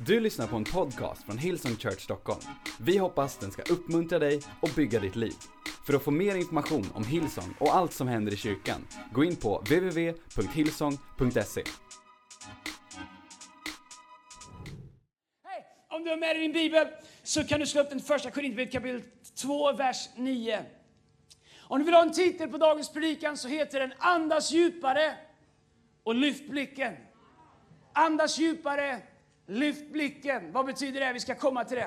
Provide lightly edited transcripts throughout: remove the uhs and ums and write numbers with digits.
Du lyssnar på en podcast från Hillsong Church Stockholm. Vi hoppas den ska uppmuntra dig och bygga ditt liv. För att få mer information om Hillsong och allt som händer i kyrkan, gå in på www.hillsong.se. Hej! Om du har med dig din bibel så kan du slå upp den första Korinthierbrevet kapitel 2, vers 9. Om du vill ha en titel på dagens predikan så heter den Andas djupare och lyft blicken. Andas djupare, lyft blicken. Vad betyder det? Vi ska komma till det.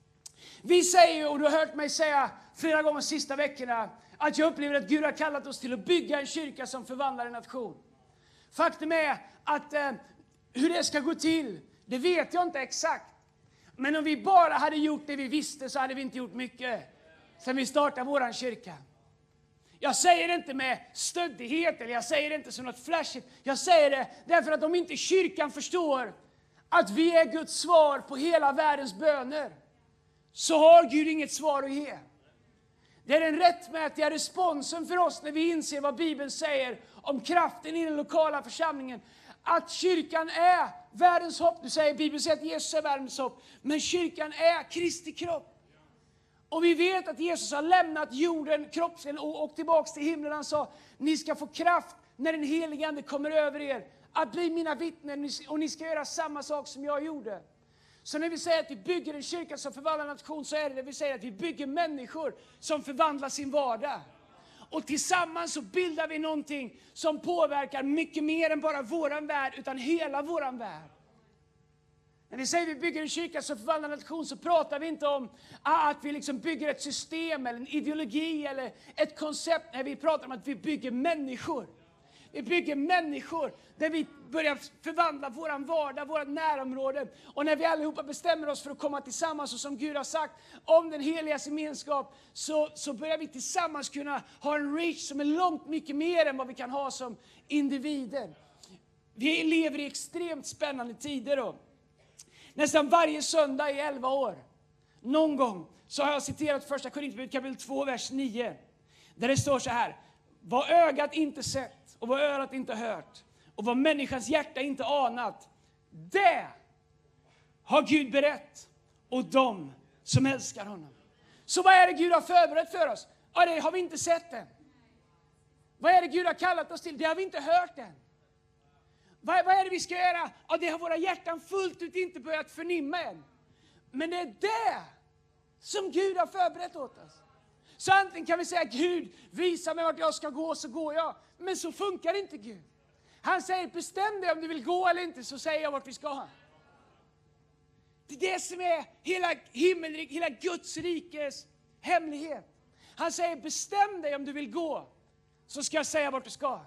Vi säger, och du har hört mig säga flera gånger de sista veckorna, att jag upplever att Gud har kallat oss till att bygga en kyrka som förvandlar en nation. Faktum är att hur det ska gå till, det vet jag inte exakt. Men om vi bara hade gjort det vi visste så hade vi inte gjort mycket sen vi startade våran kyrka. Jag säger det inte med stöddighet eller jag säger det inte som något flashigt. Jag säger det därför att om inte kyrkan förstår att vi är Guds svar på hela världens böner, så har Gud inget svar att ge. Det är den rättmätiga responsen för oss när vi inser vad Bibeln säger om kraften i den lokala församlingen. Att kyrkan är världens hopp. Du säger, Bibeln säger att Jesus är världens hopp. Men kyrkan är Kristi kropp. Och vi vet att Jesus har lämnat jorden kroppsligen och tillbaka till himlen. Han sa, ni ska få kraft när den helige Ande kommer över er. Att bli mina vittnen och ni ska göra samma sak som jag gjorde. Så när vi säger att vi bygger en kyrka som förvandlar en nation, så är det vi säger att vi bygger människor som förvandlar sin vardag. Och tillsammans så bildar vi någonting som påverkar mycket mer än bara våran värld, utan hela våran värld. När vi säger att vi bygger en kyrka som förvandlar en nation, så pratar vi inte om att vi liksom bygger ett system eller en ideologi eller ett koncept. Nej, vi pratar om att vi bygger människor. Vi bygger människor där vi börjar förvandla våran vardag, vårt närområde. Och när vi allihopa bestämmer oss för att komma tillsammans, och som Gud har sagt om den heliga gemenskap, så börjar vi tillsammans kunna ha en reach som är långt mycket mer än vad vi kan ha som individer. Vi lever i extremt spännande tider då. Nästan varje söndag i 11 år, någon gång, så har jag citerat första Korinthierbrevet kapitel 2, vers 9. Där det står så här: vad ögat inte sett och vad örat inte hört och vad människans hjärta inte anat, det har Gud berett åt dem som älskar honom. Så vad är det Gud har förberett för oss? Ja, det har vi inte sett än. Vad är det Gud har kallat oss till? Det har vi inte hört än. Vad är det vi ska göra? Ja, det har våra hjärtan fullt ut inte börjat förnimma än. Men det är det som Gud har förberett åt oss. Så antingen kan vi säga, Gud, visa mig vart jag ska gå, så går jag. Men så funkar inte Gud. Han säger, bestäm dig om du vill gå eller inte, så säger jag vart vi ska. Det är det som är hela himmelriket, hela Guds rikes hemlighet. Han säger, bestäm dig om du vill gå, så ska jag säga vart du ska.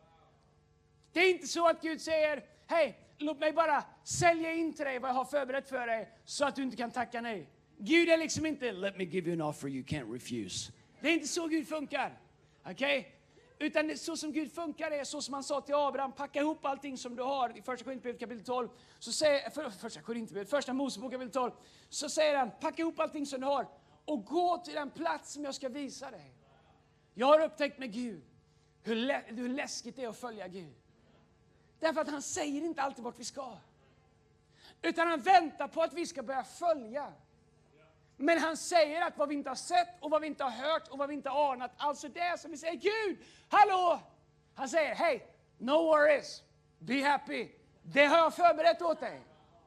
Det är inte så att Gud säger, hej, låt mig bara sälja in till dig vad jag har förberett för dig, så att du inte kan tacka nej. Gud är liksom inte, let me give you an offer you can't refuse. Det är inte så Gud funkar. Okay? Utan det, så som Gud funkar är så som han sa till Abraham, packa ihop allting som du har. I första Korinthierbrevet kapitel 12, så säger, första Mosebok kapitel 12, så säger han, packa ihop allting som du har och gå till den plats som jag ska visa dig. Jag har upptäckt med Gud hur läskigt det är att följa Gud. Därför att han säger inte alltid vart vi ska. Utan han väntar på att vi ska börja följa. Men han säger att vad vi inte har sett och vad vi inte har hört och vad vi inte har anat, alltså det som vi säger, Gud, hallå! Han säger, hej, no worries, be happy. Det har jag förberett åt dig.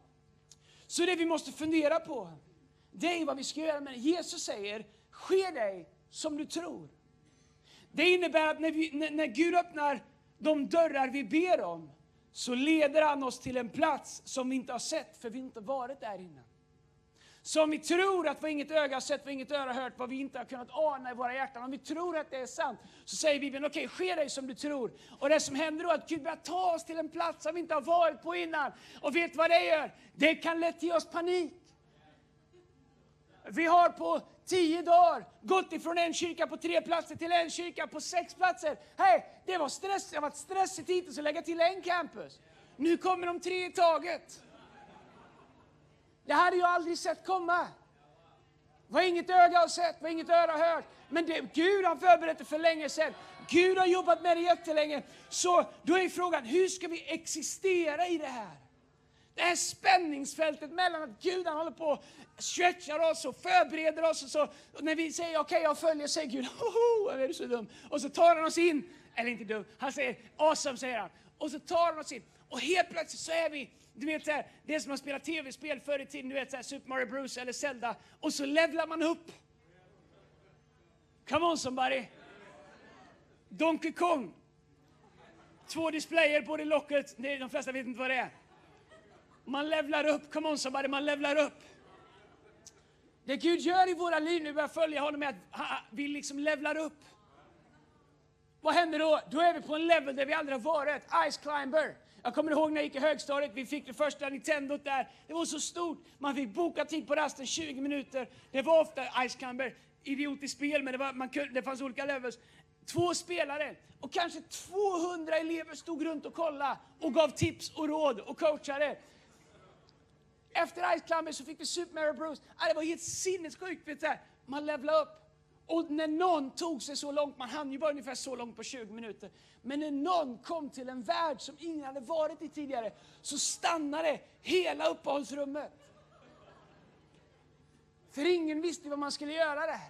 Så det vi måste fundera på, det är vad vi ska göra. Men Jesus säger, ske dig som du tror. Det innebär att när Gud öppnar de dörrar vi ber om, så leder han oss till en plats som vi inte har sett, för vi inte varit där innan. Så om vi tror att vad inget öga har sett, vad inget öra har hört, vad vi inte har kunnat ana i våra hjärtan, om vi tror att det är sant, så säger Bibeln, okej, ske dig som du tror. Och det som händer då är att Gud börjar ta oss till en plats som vi inte har varit på innan. Och vet vad det gör? Det kan lätt ge oss panik. Vi har på 10 dagar gått ifrån en kyrka på 3 platser till en kyrka på 6 platser. Hej, det var stress. Det har varit stressigt hittills att lägga till en campus. Nu kommer de 3 i taget. Det hade jag aldrig sett komma. Vad inget öga har sett, vad inget öra har hört. Men Gud har förberett det för länge sedan. Gud har jobbat med det jättelänge. Så då är frågan, hur ska vi existera i det här? Det här spänningsfältet mellan att Gud han håller på och stretchar oss och förbereder oss. Och så, och när vi säger okej, jag följer, säger Gud, hoho, är du så dum? Och så tar han oss in, eller inte dum, han säger awesome, säger han. Och så tar han oss in. Och helt plötsligt så är vi, du vet så här, det som man spelar tv-spel förr i tiden, du vet så här, Super Mario Bros eller Zelda. Och så levlar man upp. Come on somebody. Donkey Kong. 2 displayer på det locket, de flesta vet inte vad det är. Man levlar upp, come on somebody, man levlar upp. Det Gud gör i våra liv när vi börjar följa honom är att vi liksom levlar upp. Vad händer då? Då är vi på en level där vi aldrig har varit. Ice Climber. Jag kommer ihåg när jag gick i högstadiet, vi fick det första Nintendo där. Det var så stort, man fick boka tid på rasten 20 minuter. Det var ofta Ice Climber, idiotiskt spel, men det fanns olika levels. 2 spelare och kanske 200 elever stod runt och kollade och gav tips och råd och coachade. Efter Ice Climber så fick vi Super Mario Bros. Det var helt sinnessjukt, vet du. Man levlade upp. Och när någon tog sig så långt, man hann ju bara ungefär så långt på 20 minuter. Men när någon kom till en värld som ingen hade varit i tidigare, så stannade hela uppehållsrummet. För ingen visste vad man skulle göra där.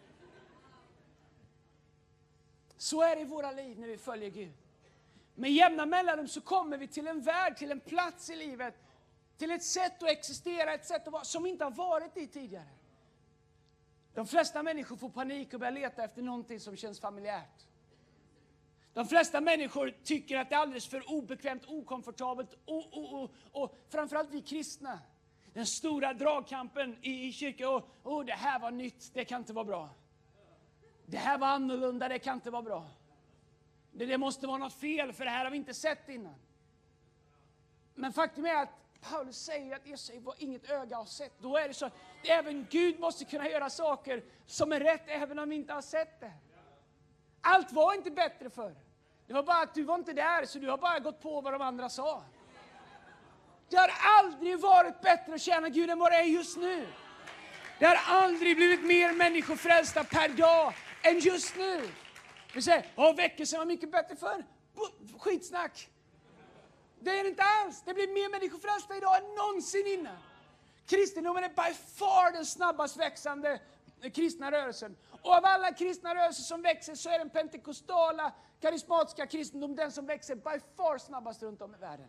Så är det i våra liv när vi följer Gud. Med jämna mellanrum så kommer vi till en värld, till en plats i livet, till ett sätt att existera, ett sätt att vara som inte har varit i tidigare. De flesta människor får panik och börjar leta efter någonting som känns familjärt. De flesta människor tycker att det är alldeles för obekvämt, okomfortabelt och framförallt vi kristna. Den stora dragkampen i kyrkan, det här var nytt, det kan inte vara bra. Det här var annorlunda, det kan inte vara bra. Det måste vara något fel, för det här har vi inte sett innan. Men faktum är att Paulus säger att Jesus säger vad inget öga har sett. Då är det så att även Gud måste kunna göra saker som är rätt även om vi inte har sett det. Allt var inte bättre förr. Det var bara att du var inte där, så du har bara gått på vad de andra sa. Det har aldrig varit bättre att tjäna Gud än vad det är just nu. Det har aldrig blivit mer människor frälsta per dag än just nu. Vi säger, väckelsen var mycket bättre förr. Skitsnack. Det är det inte alls. Det blir mer människor frälsta idag än någonsin innan. Kristendomen är by far den snabbast växande kristna rörelsen. Och av alla kristna rörelser som växer så är den pentekostala, karismatiska kristendom den som växer by far snabbast runt om i världen.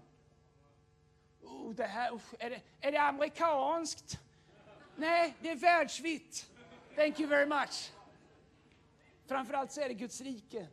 Är det amerikanskt? Nej, det är världsvitt. Thank you very much. Framförallt så är det Guds rike.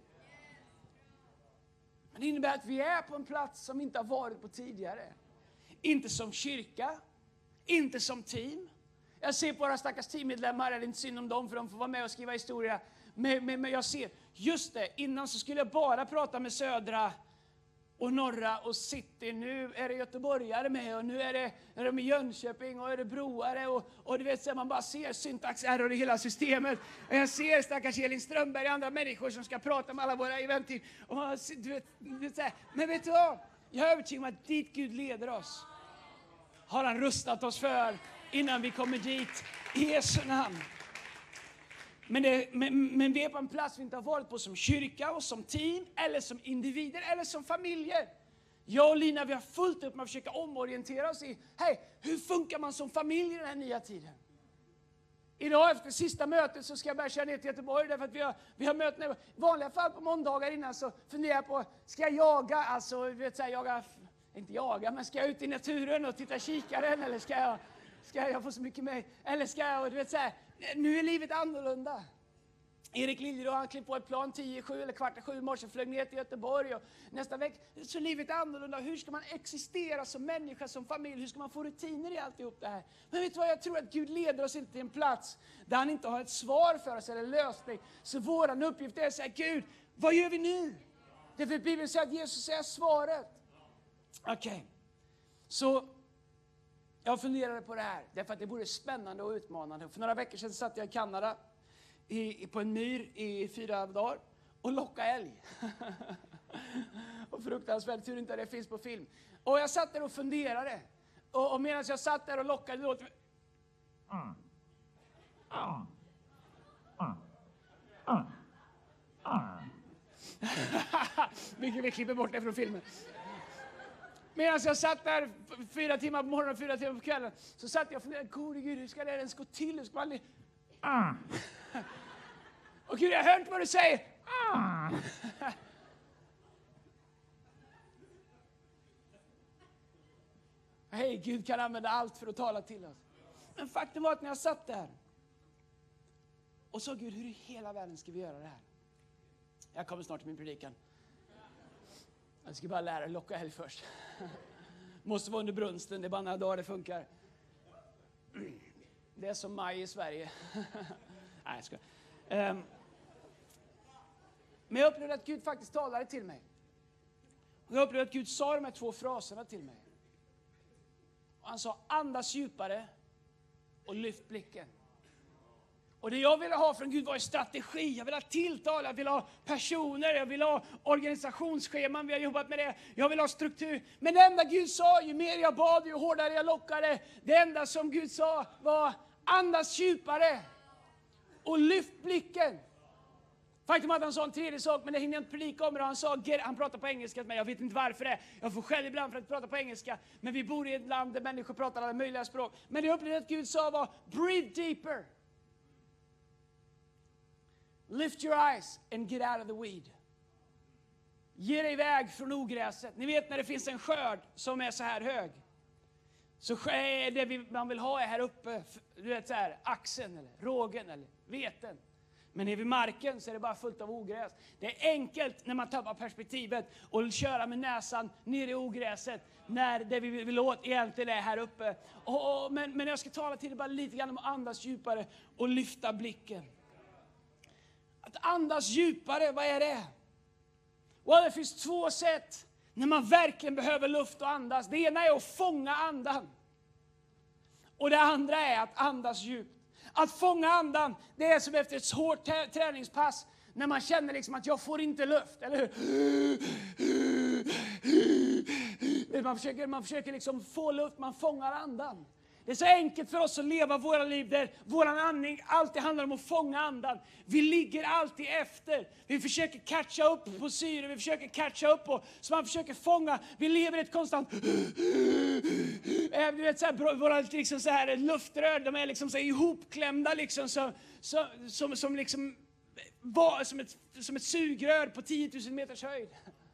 Men det innebär att vi är på en plats som vi inte har varit på tidigare. Inte som kyrka, inte som team. Jag ser på våra stackars teammedlemmar, det är inte synd om dem för de får vara med och skriva historia. Men jag ser, just det, innan så skulle jag bara prata med södra och norra och city. Nu är det göteborgare med och nu är de i Jönköping och örebroare och du vet så man bara ser syntax error i hela systemet. Och jag ser stackars Elin Strömberg och andra människor som ska prata med alla våra eventteam. Och man, du vet så här. Men vet du vad? Jag är övertygad om att dit Gud leder oss har han rustat oss för innan vi kommer dit i Jesu namn. Men vi är på en plats vi inte har varit på som kyrka och som team eller som individer eller som familjer. Jag och Lina, vi har fullt upp med att försöka omorientera oss i, hur funkar man som familj i den här nya tiden? Idag efter sista mötet så ska jag börja köra ner till Göteborg därför att vi har möten. I vanliga fall på måndagar innan så funderar jag på, ska jag jaga, alltså vet så inte jaga, men ska jag ut i naturen och titta kikaren eller ska jag få så mycket med, eller ska jag, du vet så här, nu är livet annorlunda. Erik Liljedahl, han klev på ett plan 10:07 eller 6:15 i morse, flög ner till Göteborg och nästa vecka, så livet är annorlunda. Hur ska man existera som människa, som familj? Hur ska man få rutiner i alltihop det här? Men vet du vad, jag tror att Gud leder oss inte till en plats där han inte har ett svar för oss eller lösning. Så våran uppgift är att säga, Gud, vad gör vi nu? Därför Bibeln säger att Jesus är svaret. Okej. Så jag funderade på det här, därför att det vore spännande och utmanande. För några veckor sedan satt jag i Kanada på en myr i 4 dagar och lockade älg. Och fruktansvärt, tur inte det finns på film. Och jag satt där och funderade. Och medan jag satt där och lockade, det låter... Vi klipper bort det från filmen. Medan jag satt där 4 timmar på morgonen och 4 timmar på kvällen, så satt jag och funderade, gode Gud, hur ska det ens gå till? Hur ska man... Och Gud, jag har hört vad du säger. Hej, Gud kan använda allt för att tala till oss. Men faktum var att när jag satt där och sa, Gud, hur i hela världen ska vi göra det här? Jag kommer snart till min predikan. Jag ska bara lära locka helg först. Måste vara under brunsten, det är bara några dagar det funkar. Det är som maj i Sverige. Nej, jag ska. Men jag upplevde att Gud faktiskt talade till mig. Och jag upplevde att Gud sa de här 2 fraserna till mig. Och han sa, andas djupare och lyft blicken. Och det jag ville ha från Gud var en strategi. Jag vill ha tilltal, jag vill ha personer, jag vill ha organisationsscheman. Vi har jobbat med det. Jag vill ha struktur. Men det enda Gud sa, ju mer jag bad, ju hårdare jag lockade. Det enda som Gud sa var, andas djupare och lyft blicken. Faktum att han sa en tredje sak, men det hinner jag inte predika om. Han pratar på engelska med mig. Jag vet inte varför det. Jag får själv ibland för att prata på engelska. Men vi bor i ett land där människor pratar alla möjliga språk. Men det jag upplevde att Gud sa var, breathe deeper. Lift your eyes and get out of the weed. Ge dig iväg från ogräset. Ni vet när det finns en skörd som är så här hög. Så är det man vill ha är här uppe. Du vet så här, axeln eller rågen eller veten. Men vid marken så är det bara fullt av ogräs. Det är enkelt när man tappar perspektivet och köra med näsan ner i ogräset. När det vi vill åt egentligen är här uppe. Men jag ska tala till dig bara lite grann om att andas djupare och lyfta blicken. Att andas djupare, vad är det? Det finns 2 sätt när man verkligen behöver luft och andas. Det ena är att fånga andan. Och det andra är att andas djupt. Att fånga andan, det är som efter ett hårt träningspass. När man känner liksom att jag får inte luft, eller hur? Man försöker liksom få luft, man fångar andan. Det är så enkelt för oss att leva våra liv där våran andning alltid handlar om att fånga andan. Vi ligger alltid efter. Vi försöker catcha upp på syre, vi försöker catcha upp på, så man försöker fånga. Vi lever i ett konstant... Du vet, så här, våra liksom så här luftrör, de är liksom så här ihopklämda liksom, som liksom som ett sugrör på 10 000 meters höjd.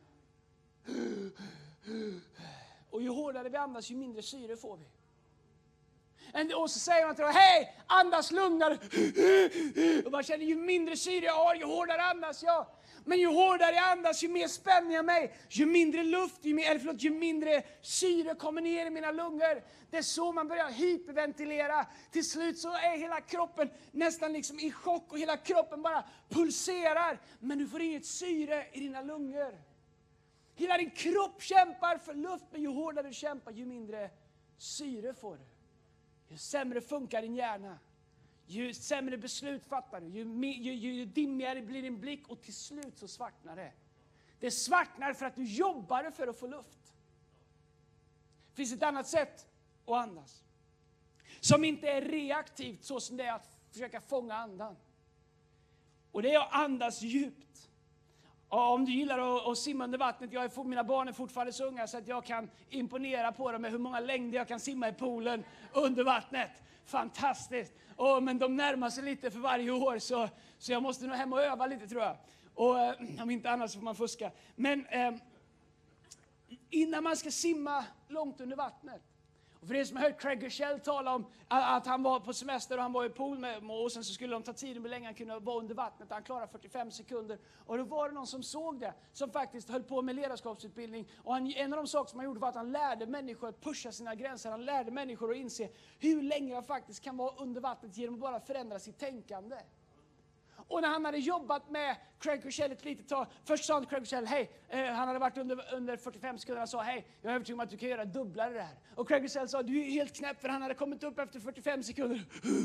Och ju hårdare vi andas, ju mindre syre får vi. Och så säger man till dem, hej, andas lugnare. Och man känner, ju mindre syre jag har, ju hårdare andas jag. Men ju hårdare jag andas, ju mer spänner jag mig. Ju mindre luft, ju mindre syre kommer ner i mina lungor. Det är så man börjar hyperventilera. Till slut så är hela kroppen nästan liksom i chock och hela kroppen bara pulserar. Men du får inget syre i dina lungor. Hela din kropp kämpar för luft, men ju hårdare du kämpar, ju mindre syre får du. Ju sämre funkar din hjärna. Ju sämre beslut fattar du. Ju dimmigare blir din blick. Och till slut så svartnar det. Det svartnar för att du jobbar för att få luft. Det finns ett annat sätt att andas. Som inte är reaktivt så som det är att försöka fånga andan. Och det är att andas djupt. Om du gillar att simma under vattnet, mina barn är fortfarande så unga så att jag kan imponera på dem med hur många längder jag kan simma i poolen under vattnet. Fantastiskt. Men de närmar sig lite för varje år så jag måste nog hem och öva lite, tror jag. Och om inte annars får man fuska. Men innan man ska simma långt under vattnet. Och för det som har hört Craig Groeschel tala om att han var på semester och han var i pool med, och sen så skulle de ta tiden hur länge han kunde vara under vattnet. Han klarade 45 sekunder. Och då var det någon som såg det, som faktiskt höll på med ledarskapsutbildning. Och en av de saker som han gjorde var att han lärde människor att pusha sina gränser. Han lärde människor att inse hur länge de faktiskt kan vara under vattnet genom att bara förändra sitt tänkande. Och när han hade jobbat med Craig Groeschel ett litet tag, först sa han till Craig Groeschel, hej, han hade varit under 45 sekunder och sa, hej, jag är övertygad om att du kan göra dubblare det här. Och Craig Groeschel sa, du är helt knäpp, för han hade kommit upp efter 45 sekunder.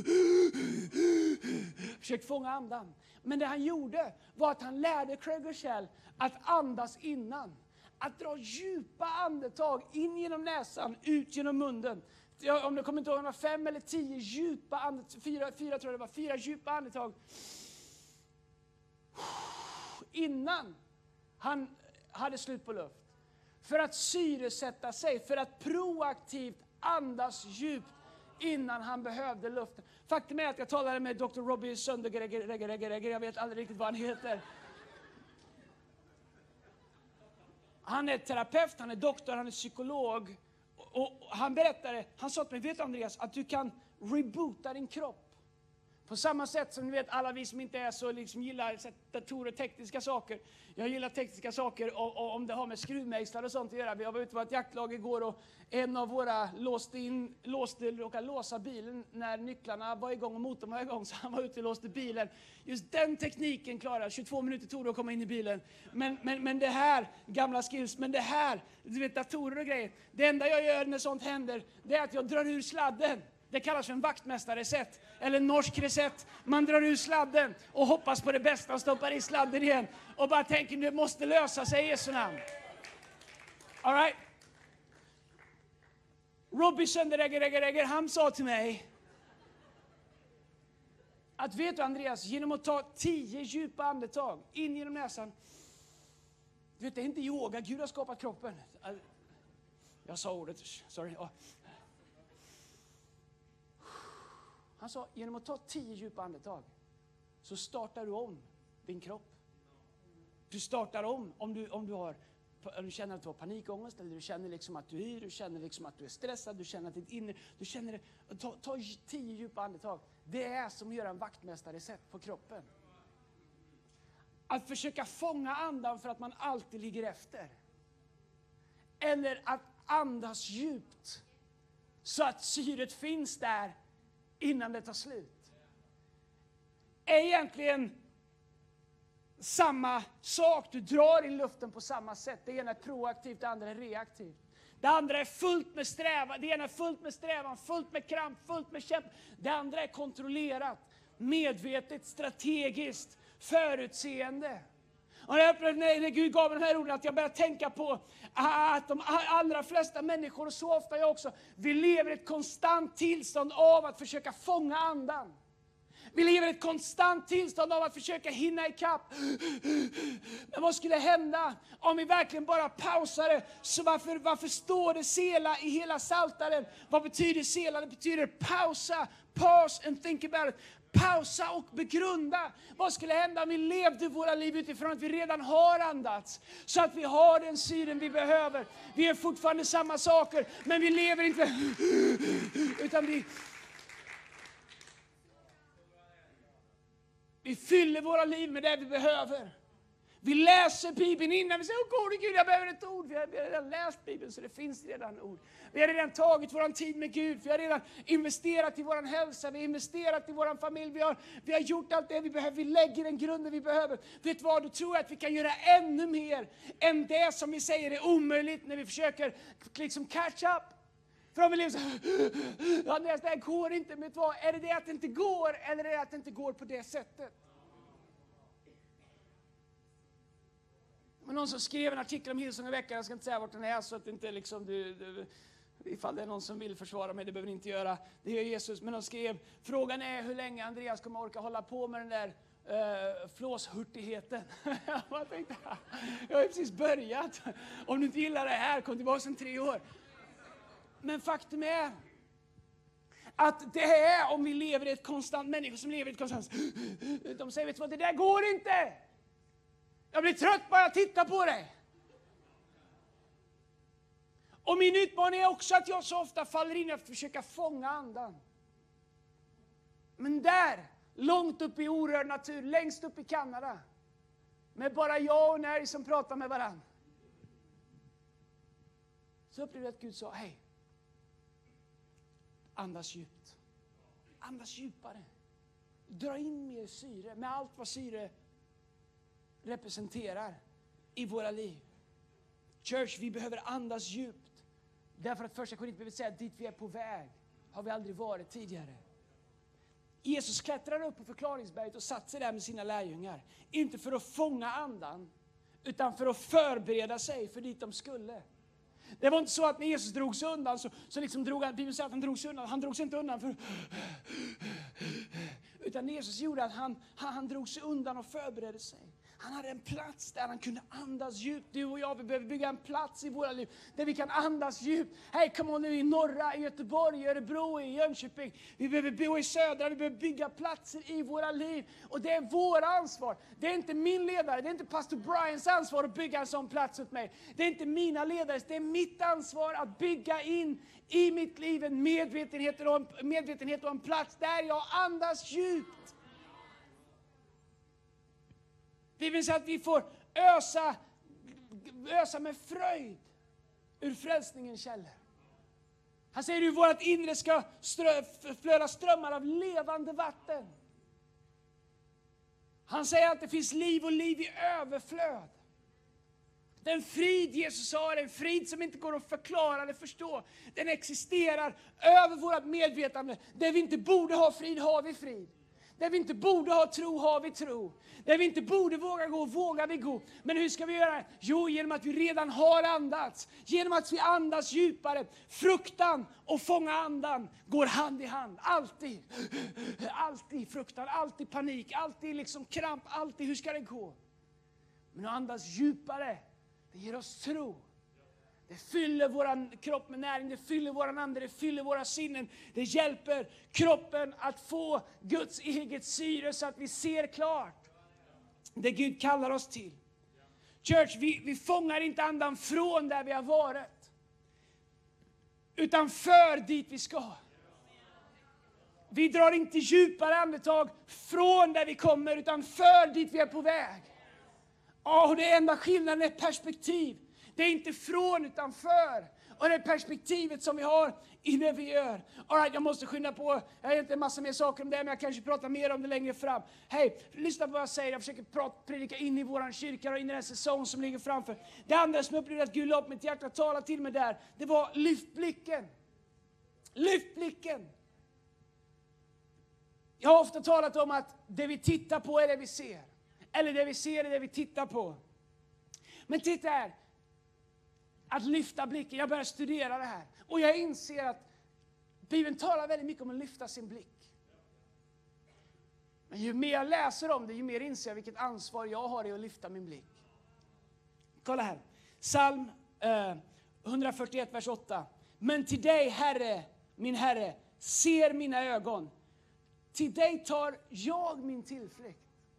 Försökt fånga andan. Men det han gjorde var att han lärde Craig Groeschel att andas innan. Att dra djupa andetag in genom näsan, ut genom munnen. Om du kommer inte ihåg, det var 5 eller 10 djupa andetag, 4 tror jag det var, 4 djupa andetag. Innan han hade slut på luft. för att syresätta sig, för att proaktivt andas djupt innan han behövde luften. Faktum är att jag talade med Dr. Robbie Söndergregger, jag vet aldrig riktigt vad han heter. Han är terapeut, han är doktor, han är psykolog. Och han berättade, han sa till mig, vet Andreas, att du kan reboota din kropp. På samma sätt som ni vet, alla vi som inte är så liksom gillar datorer och tekniska saker. Jag gillar tekniska saker och om det har med skruvmejslar och sånt att göra. Vi var ute på ett jaktlag igår och en av våra råkade låsa bilen när nycklarna var igång och motorn var igång. Så han var ute och låste bilen. Just den tekniken klarade 22 minuter tog det att komma in i bilen. Men det här, gamla skills, men det här, du vet datorer och grejer. Det enda jag gör när sånt händer, det är att jag drar ur sladden. Det kallas för en vaktmästarreset eller en norsk reset. Man drar ur sladden och hoppas på det bästa och stoppar i sladden igen. Och bara tänker, det måste lösa sig i Jesu namn. All right. Robbie Söndergregger, han sa till mig att vet du Andreas, genom att ta 10 djupa andetag in genom näsan. Du vet, det är inte yoga, Gud har skapat kroppen. Jag sa ordet, sorry. Han sa, genom att ta 10 djupa andetag så startar du om din kropp. Du startar om du känner att du har panikångest, eller du känner liksom att du är, du känner liksom att du är stressad, du känner att ditt inre, du känner det. Ta 10 djupa andetag. Det är som att göra en vaktmästarreset på kroppen. Att försöka fånga andan för att man alltid ligger efter. Eller att andas djupt så att syret finns där innan det tar slut. Är egentligen samma sak. Du drar in luften på samma sätt. Det ena är proaktivt, det andra är reaktivt. Det andra är fullt med strävan. Det ena är fullt med strävan, fullt med kramp, fullt med kämp. Det andra är kontrollerat, medvetet, strategiskt, förutseende. Och när Gud gav mig den här orden att jag började tänka på att de allra flesta människor, och så ofta jag också, vi lever i ett konstant tillstånd av att försöka fånga andan. Vi lever i ett konstant tillstånd av att försöka hinna ikapp. Men vad skulle hända om vi verkligen bara pausade? Så varför står det sela i hela Saltaren? Vad betyder sela? Det betyder pausa, pause and think about it. Pausa och begrunda. Vad skulle hända om vi levde våra liv utifrån att vi redan har andats? Så att vi har den syren vi behöver. Vi gör fortfarande samma saker, men vi lever inte utan vi fyller våra liv med det vi behöver. Vi läser Bibeln innan vi säger, åh gode Gud, jag behöver ett ord. Vi har redan läst Bibeln så det finns redan ord. Vi har redan tagit vår tid med Gud. Vi har redan investerat i vår hälsa. Vi har investerat i vår familj. Vi har gjort allt det vi behöver. Vi lägger den grunden vi behöver. Vet vad, du tror att vi kan göra ännu mer än det som vi säger är omöjligt när vi försöker liksom catch up. För om vi lever så ja, det här går inte. Vet vad, är det att det inte går eller är det att det inte går på det sättet? Men någon som skrev en artikel om Hillsong i veckan, jag ska inte säga vart den är så att inte liksom ifall det är någon som vill försvara mig, det behöver ni inte göra. Det gör Jesus. Men de skrev, frågan är hur länge Andreas kommer orka hålla på med den där flåshurtigheten. Jag tänkte, jag har precis börjat. Om du inte gillar det här, kom tillbaka om 3 år. Men faktum är att det är om vi lever i ett konstant, människor som lever i ett konstant, de säger, vet du vad, det där går inte. Jag blir trött bara att titta på det. Och min utmaning är också att jag så ofta faller in i att försöka fånga andan. Men där, långt upp i orörd natur, längst upp i Kanada, med bara jag och en älg som pratar med varann, så upplevde jag att Gud sa, hej, andas djupt. Andas djupare. Dra in mer syre, med allt vad syre representerar i våra liv. Church, vi behöver andas djupt. Därför att första Korinthierbrevet säger att dit vi är på väg har vi aldrig varit tidigare. Jesus klättrade upp på förklaringsberget och satt sig där med sina lärjungar. Inte för att fånga andan, utan för att förbereda sig för dit de skulle. Det var inte så att när Jesus drog sig undan så liksom drog han, Bibeln säger att han drog sig undan. Han drog sig inte undan för utan Jesus gjorde att han drog sig undan och förberedde sig. Han hade en plats där han kunde andas djupt. Du och jag, vi behöver bygga en plats i våra liv där vi kan andas djupt. Hej, come on nu i norra, i Göteborg, i Örebro, i Jönköping. Vi behöver bo i södra, vi behöver bygga platser i våra liv. Och det är våra ansvar. Det är inte min ledare, det är inte pastor Brians ansvar att bygga en sån plats åt mig. Det är inte mina ledares, det är mitt ansvar att bygga in i mitt liv en medvetenhet och en plats där jag andas djupt. Vi vill säga att vi får ösa med fröjd ur frälsningens källor. Han säger att vårt inre ska flöda strömmar av levande vatten. Han säger att det finns liv och liv i överflöd. Den frid Jesus har, en frid som inte går att förklara eller förstå. Den existerar över vårt medvetande. Där vi inte borde ha frid, har vi frid. Där vi inte borde ha tro, har vi tro. Där vi inte borde våga gå, vågar vi gå. Men hur ska vi göra? Jo, genom att vi redan har andats. Genom att vi andas djupare. Fruktan och fånga andan går hand i hand. Alltid. Alltid fruktan, alltid panik, alltid liksom kramp, alltid hur ska det gå? Men att andas djupare, det ger oss tro. Det fyller vår kropp med näring, det fyller vår ande, det fyller våra sinnen. Det hjälper kroppen att få Guds eget syre så att vi ser klart det Gud kallar oss till. Church, vi fångar inte andan från där vi har varit, utan för dit vi ska. Vi drar inte djupare andetag från där vi kommer, utan för dit vi är på väg. Och det enda skillnaden är perspektiv. Det är inte från utan för. Och det är perspektivet som vi har i det vi gör. All right, jag måste skynda på. Jag har inte en massa mer saker om det, men jag kanske pratar mer om det längre fram. Hej, lyssna på vad jag säger. Jag försöker predika in i våran kyrka och in i den säsong som ligger framför. Det andra som jag upplevde att Gud la upp mitt hjärta att tala till mig där, det var lyft blicken. Lyft blicken. Jag har ofta talat om att det vi tittar på är det vi ser. Eller det vi ser är det vi tittar på. Men titta här. Att lyfta blicken. Jag börjar studera det här. Och jag inser att Bibeln talar väldigt mycket om att lyfta sin blick. Men ju mer jag läser om det, ju mer inser jag vilket ansvar jag har i att lyfta min blick. Kolla här. Psalm 141, vers 8. Men till dig, Herre, min Herre, ser mina ögon. Till dig tar jag min tillflykt.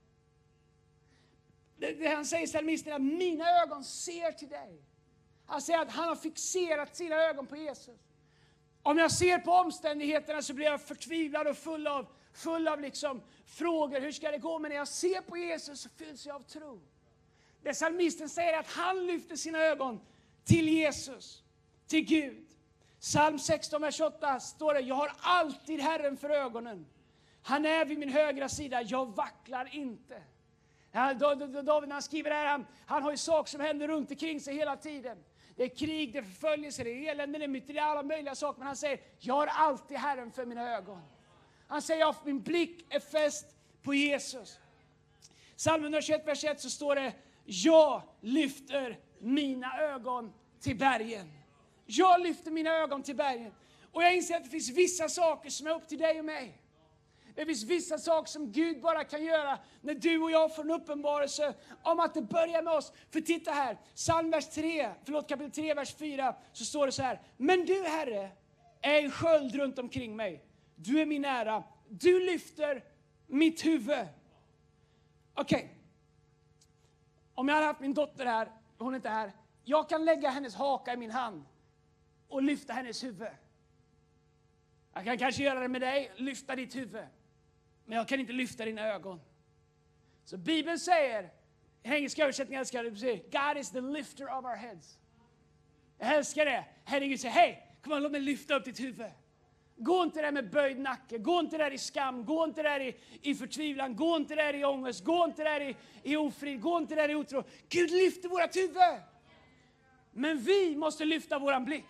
Det han säger, psalmisten, att mina ögon ser till dig. Han säger att han har fixerat sina ögon på Jesus. Om jag ser på omständigheterna så blir jag förtvivlad och full av liksom frågor. Hur ska det gå? Men när jag ser på Jesus så fylls jag av tro. Det psalmisten säger att han lyfter sina ögon till Jesus, till Gud. Psalm 16, vers 8 står det: jag har alltid Herren för ögonen. Han är vid min högra sida, jag vacklar inte. David, när han skriver det här, han har ju saker som händer runt omkring sig hela tiden. Det är krig, det är förföljelse, det är elände, det är mycket, det är alla möjliga saker. Men han säger, jag har alltid Herren för mina ögon. Han säger, min blick är fäst på Jesus. Psalm 121, vers 1 så står det: jag lyfter mina ögon till bergen. Jag lyfter mina ögon till bergen. Och jag inser att det finns vissa saker som är upp till dig och mig. Det finns vissa saker som Gud bara kan göra när du och jag får en uppenbarelse om att det börjar med oss. För titta här, kapitel 3, vers 4, så står det så här: men du, Herre, är en sköld runt omkring mig. Du är min ära. Du lyfter mitt huvud. Okej. Om jag hade haft min dotter här, hon är inte här. Jag kan lägga hennes haka i min hand och lyfta hennes huvud. Jag kan kanske göra det med dig, lyfta ditt huvud. Men jag kan inte lyfta dina ögon. Så Bibeln säger, i engelska översättningen älskar det, God is the lifter of our heads. Jag älskar det. Herregud säger, hej, kom on, låt mig lyfta upp ditt huvud. Gå inte där med böjd nacke, gå inte där i skam, gå inte där i förtvivlan, gå inte där i ångest, gå inte där i ofrid, gå inte där i otro. Gud lyfter vårat huvud. Men vi måste lyfta våran blick.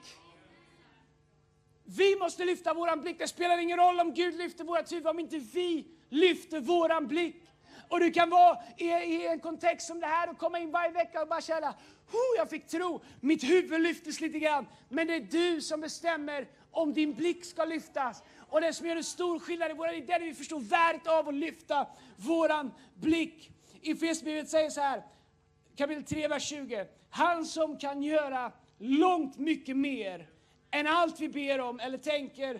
Vi måste lyfta våran blick. Det spelar ingen roll om Gud lyfter vårat huvud om inte vi lyfter våran blick. Och du kan vara i en kontext som det här och komma in varje vecka och bara känna, jag fick tro, mitt huvud lyftes lite grann. Men det är du som bestämmer om din blick ska lyftas. Och det som gör en stor skillnad i våra liv, det är att vi förstår värdet av att lyfta våran blick. i Efesierbrevet säger så här, kapitel 3, vers 20. Han som kan göra långt mycket mer än allt vi ber om eller tänker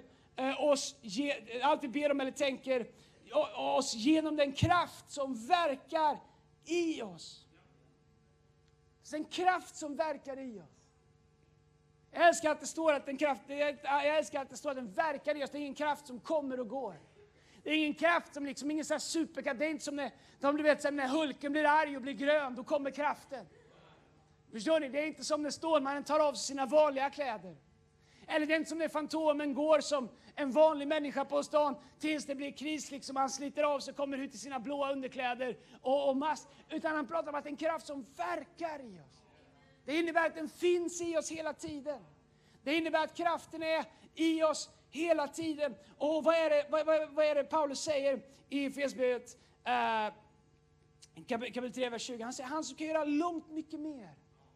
oss genom den kraft som verkar i oss. Den kraft som verkar i oss. Jag älskar att det står att den verkar i oss. Det är ingen kraft som kommer och går. Det är ingen kraft som liksom, ingen så här superkraft. Det är inte som när Hulken blir arg och blir grön, då kommer kraften. Förstår ni? Det är inte som när Stålmannen tar av sig sina vanliga kläder. Eller det är inte som när Fantomen går som en vanlig människa på stan tills det blir kris, liksom han sliter av sig och kommer ut i sina blåa underkläder och mask. Utan han pratar om att en kraft som verkar i oss. Det innebär att den finns i oss hela tiden. Det innebär att kraften är i oss hela tiden. Och vad är det Paulus säger i Efesierbrevet kapitel 3, vers 20? Han säger han som kan göra långt mycket mer.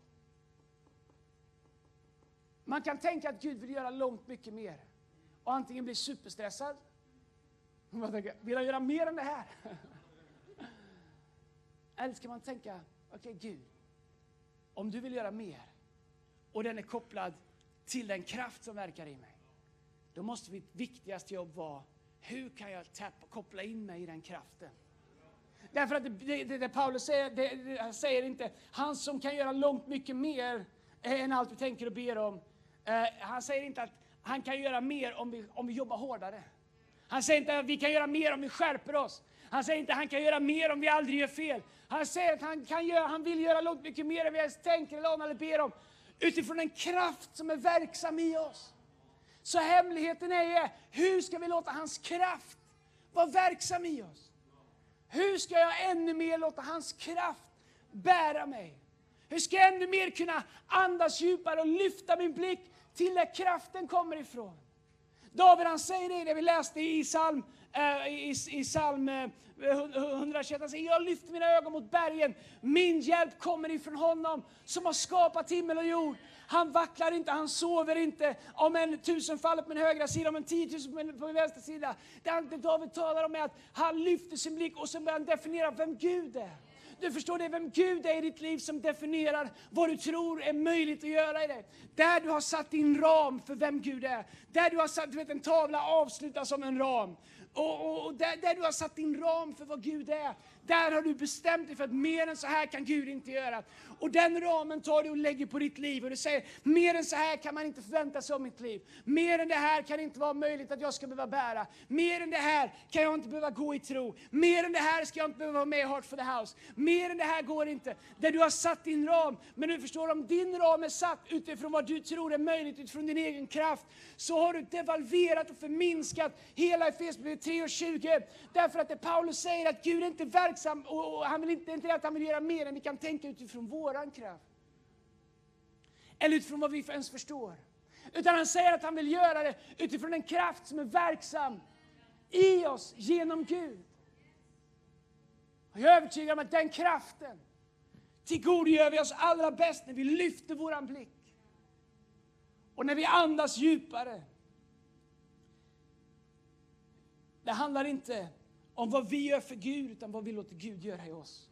Man kan tänka att Gud vill göra långt mycket mer. Och antingen bli superstressad. Vill han göra mer än det här? Eller ska man tänka, okej, Gud, om du vill göra mer och den är kopplad till den kraft som verkar i mig, då måste mitt viktigaste jobb vara, hur kan jag koppla in mig i den kraften? Därför att det Paulus säger, han säger inte han som kan göra långt mycket mer än allt vi tänker och ber om. Han säger inte att han kan göra mer om vi jobbar hårdare. Han säger inte att vi kan göra mer om vi skärper oss. Han säger inte att han kan göra mer om vi aldrig gör fel. Han säger att han vill göra långt mycket mer än vi ens tänker eller anar eller ber om. Utifrån en kraft som är verksam i oss. Så hemligheten är, hur ska vi låta hans kraft vara verksam i oss? Hur ska jag ännu mer låta hans kraft bära mig? Hur ska jag ännu mer kunna andas djupare och lyfta min blick till där kraften kommer ifrån? David, han säger det vi läste i psalm 121. Han säger, jag lyfter mina ögon mot bergen. Min hjälp kommer ifrån honom som har skapat himmel och jord. Han vacklar inte, han sover inte. Om 1000 faller på min högra sida, om 10 000 på min vänstra sida. Det David talar om är att han lyfter sin blick och så börjar han definiera vem Gud är. Du förstår, det är vem Gud är i ditt liv som definierar vad du tror är möjligt att göra i det. Där du har satt din ram för vem Gud är. Där du har satt, en tavla avslutas som en ram. Och där du har satt din ram för vad Gud är. Där har du bestämt dig för att mer än så här kan Gud inte göra. Och den ramen tar du och lägger på ditt liv. Och du säger, mer än så här kan man inte förvänta sig om mitt liv. Mer än det här kan inte vara möjligt att jag ska behöva bära. Mer än det här kan jag inte behöva gå i tro. Mer än det här ska jag inte behöva vara med i Heart for the House. Mer än det här går inte. Där du har satt din ram. Men du förstår, om din ram är satt utifrån vad du tror är möjligt, utifrån din egen kraft, så har du devalverat och förminskat hela Efesierbrevet 3:20. Därför att det Paulus säger att Gud är inte verksam, och han vill inte att han vill göra mer än vi kan tänka utifrån våran kraft. Eller utifrån vad vi ens förstår. Utan han säger att han vill göra det utifrån en kraft som är verksam i oss genom Gud. Och jag är övertygad om att den kraften tillgodogör vi oss allra bäst när vi lyfter våran blick. Och när vi andas djupare. Det handlar inte om vad vi gör för Gud, utan vad vi låter Gud göra i oss.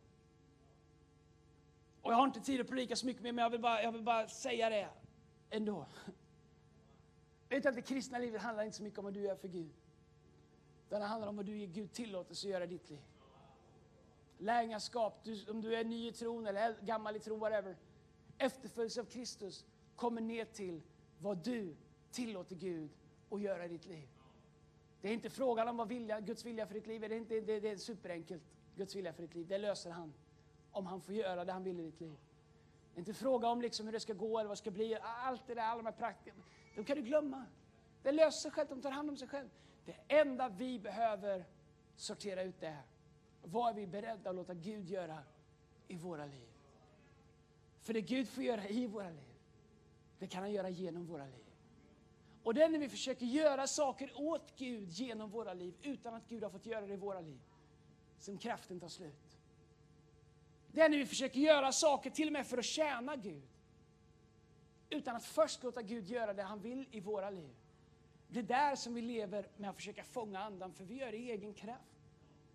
Och jag har inte tid att predika så mycket mer, men jag vill bara säga det ändå. Vet att det kristna livet handlar inte så mycket om vad du gör för Gud. Utan det handlar om vad du ger Gud tillåtelse att göra i ditt liv. Lärjungaskap, om du är ny i tron eller gammal i tron, whatever. Efterföljelse av Kristus kommer ner till vad du tillåter Gud att göra i ditt liv. Det är inte frågan om vad Guds vilja för ditt liv är. Det är superenkelt. Guds vilja för ditt liv, det löser han. Om han får göra det han vill i ditt liv. Det är inte fråga om liksom hur det ska gå eller vad det ska bli. Allt det där, alla de här praktiska. De kan du glömma. Det löser sig själv, de tar hand om sig själv. Det enda vi behöver sortera ut det här. Vad är vi beredda att låta Gud göra i våra liv? För det Gud får göra i våra liv, det kan han göra genom våra liv. Och det är när vi försöker göra saker åt Gud genom våra liv, utan att Gud har fått göra det i våra liv, som kraften tar slut. Det är när vi försöker göra saker till och med för att tjäna Gud, utan att först låta Gud göra det han vill i våra liv. Det är där som vi lever med att försöka fånga andan, för vi gör det i egen kraft.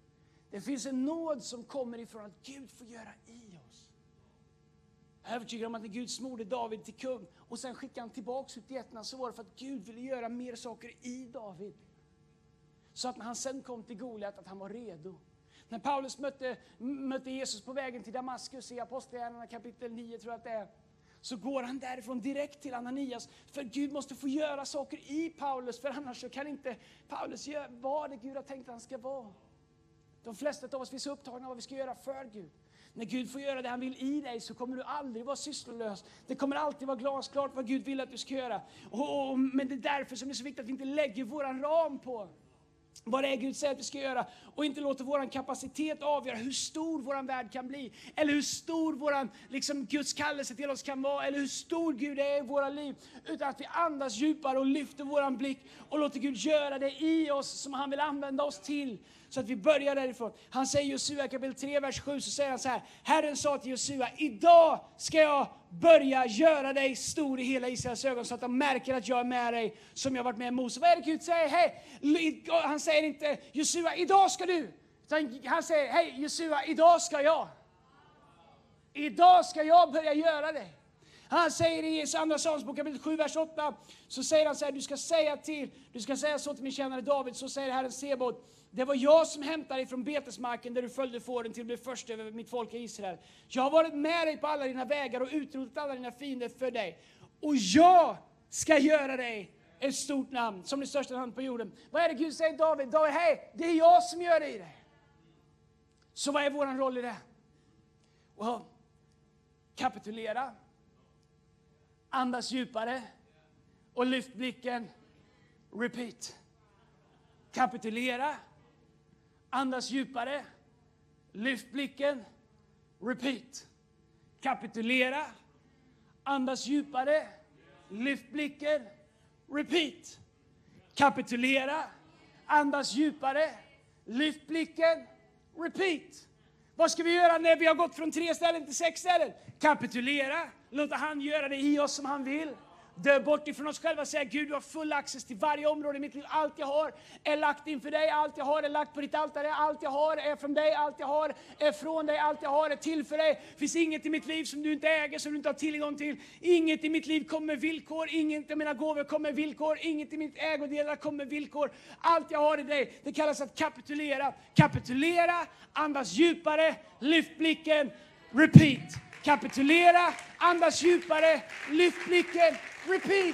Det finns en nåd som kommer ifrån att Gud får göra i oss. Jag är övertygad om att när Gud smorde David till kung och sen skickade han tillbaka ut i ettan, så var det för att Gud ville göra mer saker i David. Så att när han sen kom till Goliat, att han var redo. När Paulus mötte Jesus på vägen till Damaskus i Apostlagärningarna kapitel 9 tror jag att det är, så går han därifrån direkt till Ananias. För Gud måste få göra saker i Paulus, för annars så kan inte Paulus vara det Gud har tänkt att han ska vara. De flesta av oss är så upptagna av vad vi ska göra för Gud. När Gud får göra det han vill i dig, så kommer du aldrig vara sysslolös. Det kommer alltid vara glasklart vad Gud vill att du ska göra. Men det är därför som det är så viktigt att vi inte lägger våran ram på vad det är Gud säger att vi ska göra. Och inte låter våran kapacitet avgöra hur stor våran värld kan bli. Eller hur stor våran Guds kallelse till oss kan vara. Eller hur stor Gud är i våra liv. Utan att vi andas djupare och lyfter våran blick. Och låter Gud göra det i oss som han vill använda oss till. Så att vi börjar därifrån. Han säger i Josua kapitel 3, vers 7, så säger han så här. Herren sa till Josua, idag ska jag börja göra dig stor i hela Israels ögon. Så att de märker att jag är med dig som jag varit med Mose. Vad är det Gud säger? Hej, han säger inte, Josua, idag ska du. Utan han säger, hej Josua, idag ska jag. Idag ska jag börja göra det. Han säger i andra Samuelsbok kapitel 7, vers 8. Så säger han så här, du ska säga så till min tjänare David. Så säger Herren Sebot. Det var jag som hämtade dig från betesmarken där du följde fåren till att bli först över mitt folk i Israel. Jag har varit med dig på alla dina vägar och utrotat alla dina fiender för dig. Och jag ska göra dig ett stort namn, som det största namn på jorden. Vad är det Gud säger David? David, hej, det är jag som gör det i dig. Så vad är våran roll i det? Well, kapitulera. Andas djupare. Och lyft blicken. Repeat. Kapitulera. Andas djupare. Lyft blicken. Repeat. Kapitulera. Andas djupare. Lyft blicken. Repeat. Kapitulera. Andas djupare. Lyft blicken. Repeat. Vad ska vi göra när vi har gått från 3 ställen till 6 ställen? Kapitulera. Låta han göra det i oss som han vill. Dö bort ifrån oss själva och säga, Gud, du har full access till varje område i mitt liv. Allt jag har är lagt inför dig. Allt jag har är lagt på ditt altare. Allt jag har är från dig. Allt jag har är från dig. Allt jag har är till för dig. Det finns inget i mitt liv som du inte äger, som du inte har tillgång till. Inget i mitt liv kommer med villkor. Inget av mina gåvor kommer med villkor. Inget i mitt ägodelar kommer med villkor. Allt jag har i dig, det kallas att kapitulera. Kapitulera, andas djupare, lyft blicken, repeat. Kapitulera, andas djupare, lyft blicken, repeat.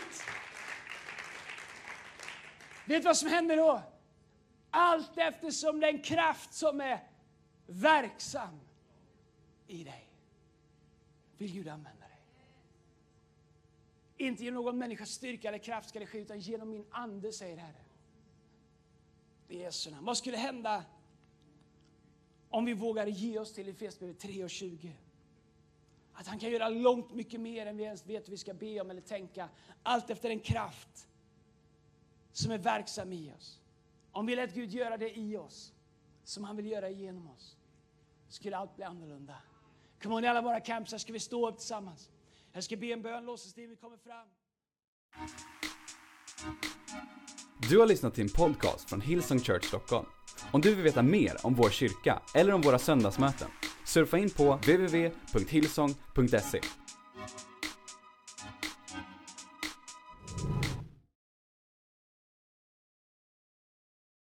Vet du vad som händer då? Allt eftersom den kraft som är verksam i dig vill Gud använda dig. Inte genom någon människas styrka eller kraft ska det ske, utan genom min ande, säger Herren. Det är Jesu namn. Vad skulle hända om vi vågar ge oss till Efesierbrevet 3:20? Att han kan göra långt mycket mer än vi ens vet hur vi ska be om eller tänka. Allt efter en kraft som är verksam i oss. Om vi lät Gud göra det i oss, som han vill göra igenom oss, skulle allt bli annorlunda. Kom ihåg, alla våra campsar ska vi stå upp tillsammans. Jag ska be en bön, låtsas vi kommer fram. Du har lyssnat till en podcast från Hillsong Church Stockholm. Om du vill veta mer om vår kyrka eller om våra söndagsmöten, surfa in på www.hillsong.se.